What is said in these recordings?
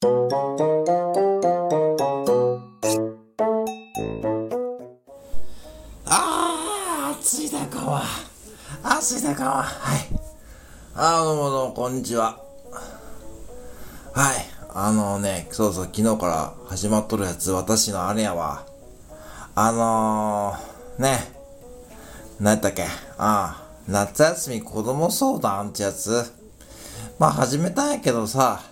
暑いだかは。暑いだかは。はい。どうもどうも、こんにちは。はい。そうそう、昨日から始まっとるやつ、私のあれやわ。何やったっけ。夏休み子供相談ってやつ。まあ、始めたんやけどさ、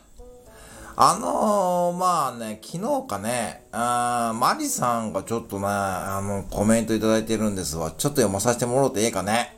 昨日かね、マリさんがちょっとね、コメントいただいてるんですわ。ちょっと読まさせてもらおうてええかね。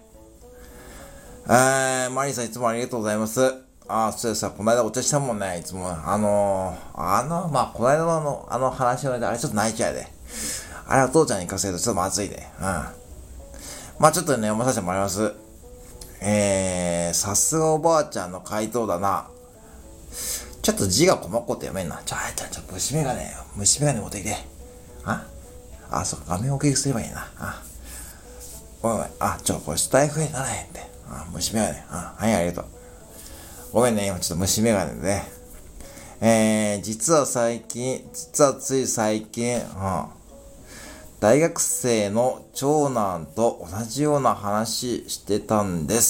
マリさんいつもありがとうございます。そうですさ、この間お茶したもんね、いつも。この間の話の間、あれちょっと泣いちゃうで。あれお父ちゃんに行かせるとちょっとまずいで。ちょっとね、読まさせてもらいます。さすがおばあちゃんの回答だな。ちょっと字が細っこって読めんな。虫眼鏡持ってきて。そうか、画面大きくすればいいな。ごめん。これスタイフにならへんって。虫眼鏡。はい、ありがとう。ごめんね、今ちょっと虫眼鏡でね。実はつい最近、大学生の長男と同じような話してたんです。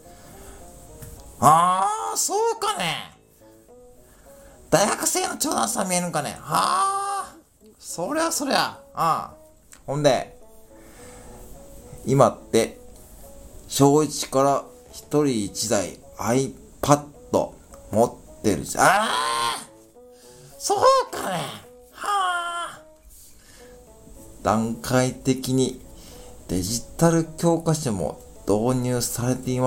そうかね。大学生の長男さん見えるんかね。そりゃ。ほんで、今って、小1から一人一台 iPad 持ってるじゃん。そうかね。段階的にデジタル教科書も導入されています。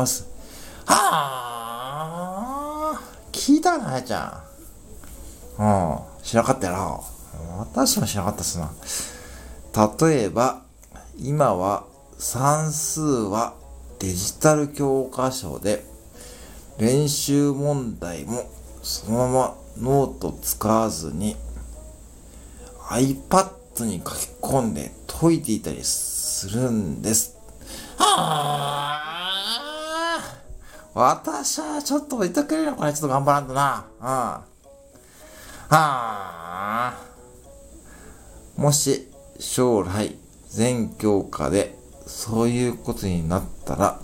聞いたな、あやちゃん。知らなかったよな。私も知らなかったっすな。例えば、今は算数はデジタル教科書で、練習問題もそのままノート使わずに iPad に書き込んで解いていたりするんです。私はちょっと置いとけるよ、これちょっと頑張らんとな。もし将来全教科でそういうことになったら、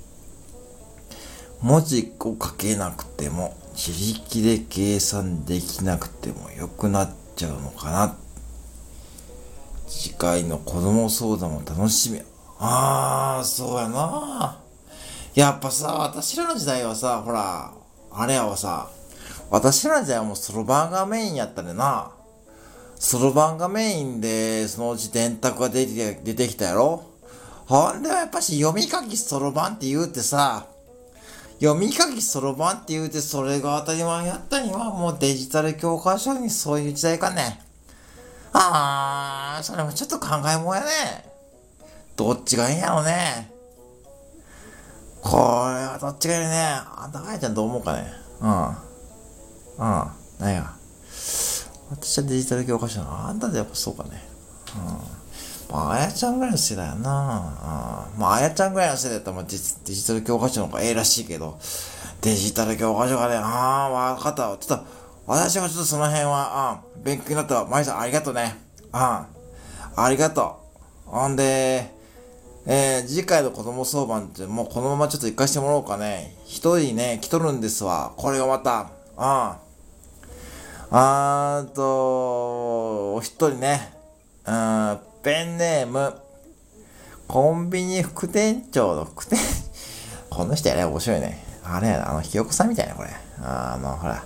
文字を書けなくても自力で計算できなくてもよくなっちゃうのかな。次回の子供相談も楽しみ。そうやな。やっぱさ、私らの時代はさ、ほら、あれやわさ、私らの時代はもうそろばんがメインやったでな。そろばんがメインで、そのうち電卓が出てきたやろ。ほんでやっぱし読み書きそろばんって言うてさ、読み書きそろばんって言うてそれが当たり前やったにはもうデジタル教科書にそういう時代かね。それもちょっと考えもんやね。どっちがいいんやろね。これはどっちがいいね。あんたあやちゃんどう思うかね。なんや。私はデジタル教科書あんたでやっぱそうかね。あやちゃんぐらいの世代やな。あやちゃんぐらいの世代だったらデジタル教科書の方がええらしいけど、デジタル教科書がね、わかったわ。ちょっと、私もちょっとその辺は、勉強になったわ。マリさんありがとうね。ありがとう。ほんで、次回の子供相談ってもうこのままちょっと行かしてもらおうかね。一人ね、来とるんですわ。これがまた。お一人ね。ペンネーム、コンビニ副店長のこの人やね、面白いね。あれやな、ひよこさんみたいな、これ。ほら。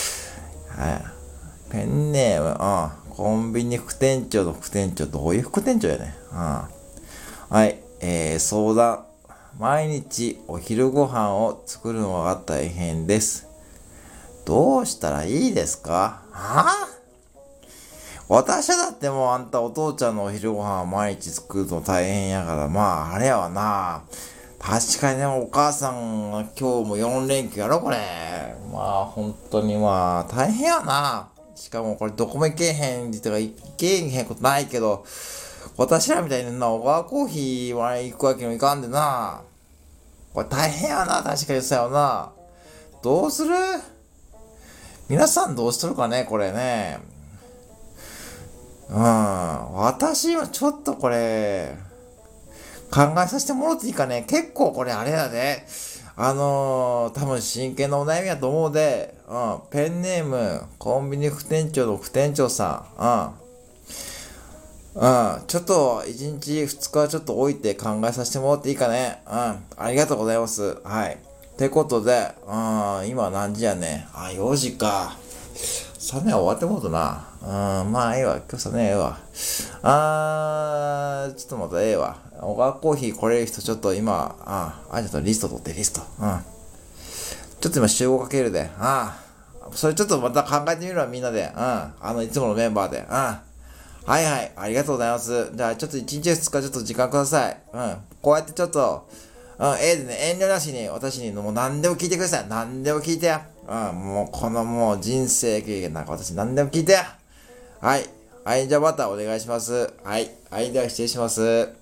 ペンネーム、コンビニ副店長の副店長、どういう副店長やね。はい、相談。毎日お昼ご飯を作るのが大変です。どうしたらいいですか？私だってもうあんたお父ちゃんのお昼ご飯毎日作るの大変やから、あれやわな。確かにね、お母さんが今日も4連休やろ、これ。本当に大変やな。しかもこれどこも行けへんことないけど、私らみたいに小川コーヒーは行くわけにもいかんでな。これ大変やな、確かにそうやな。どうする？ 皆さんどうしとるかね、これね。私はちょっとこれ、考えさせてもらっていいかね。結構これあれだね。多分真剣なお悩みだと思うで、ペンネーム、コンビニ副店長の副店長さん、ちょっと、1日2日ちょっと置いて考えさせてもらっていいかね。ありがとうございます。はい。てことで、今何時やね。4時か。3年は終わってもうとな。まあ、ええわ。今日3年ええわ。ちょっとまたええわ。小川コーヒー来れる人ちょっと今、ちょっとリスト取ってリスト。ちょっと今集合かけるで。それちょっとまた考えてみるわ、みんなで。いつものメンバーで。はいはい、ありがとうございます。じゃあちょっと1日2日ちょっと時間ください。こうやってちょっと、ええでね、遠慮なしに私にもう何でも聞いてください。何でも聞いてや。もうこのもう人生経験なんか私何でも聞いてや。はい。はい、じゃあまたお願いします。はい。はい、では失礼します。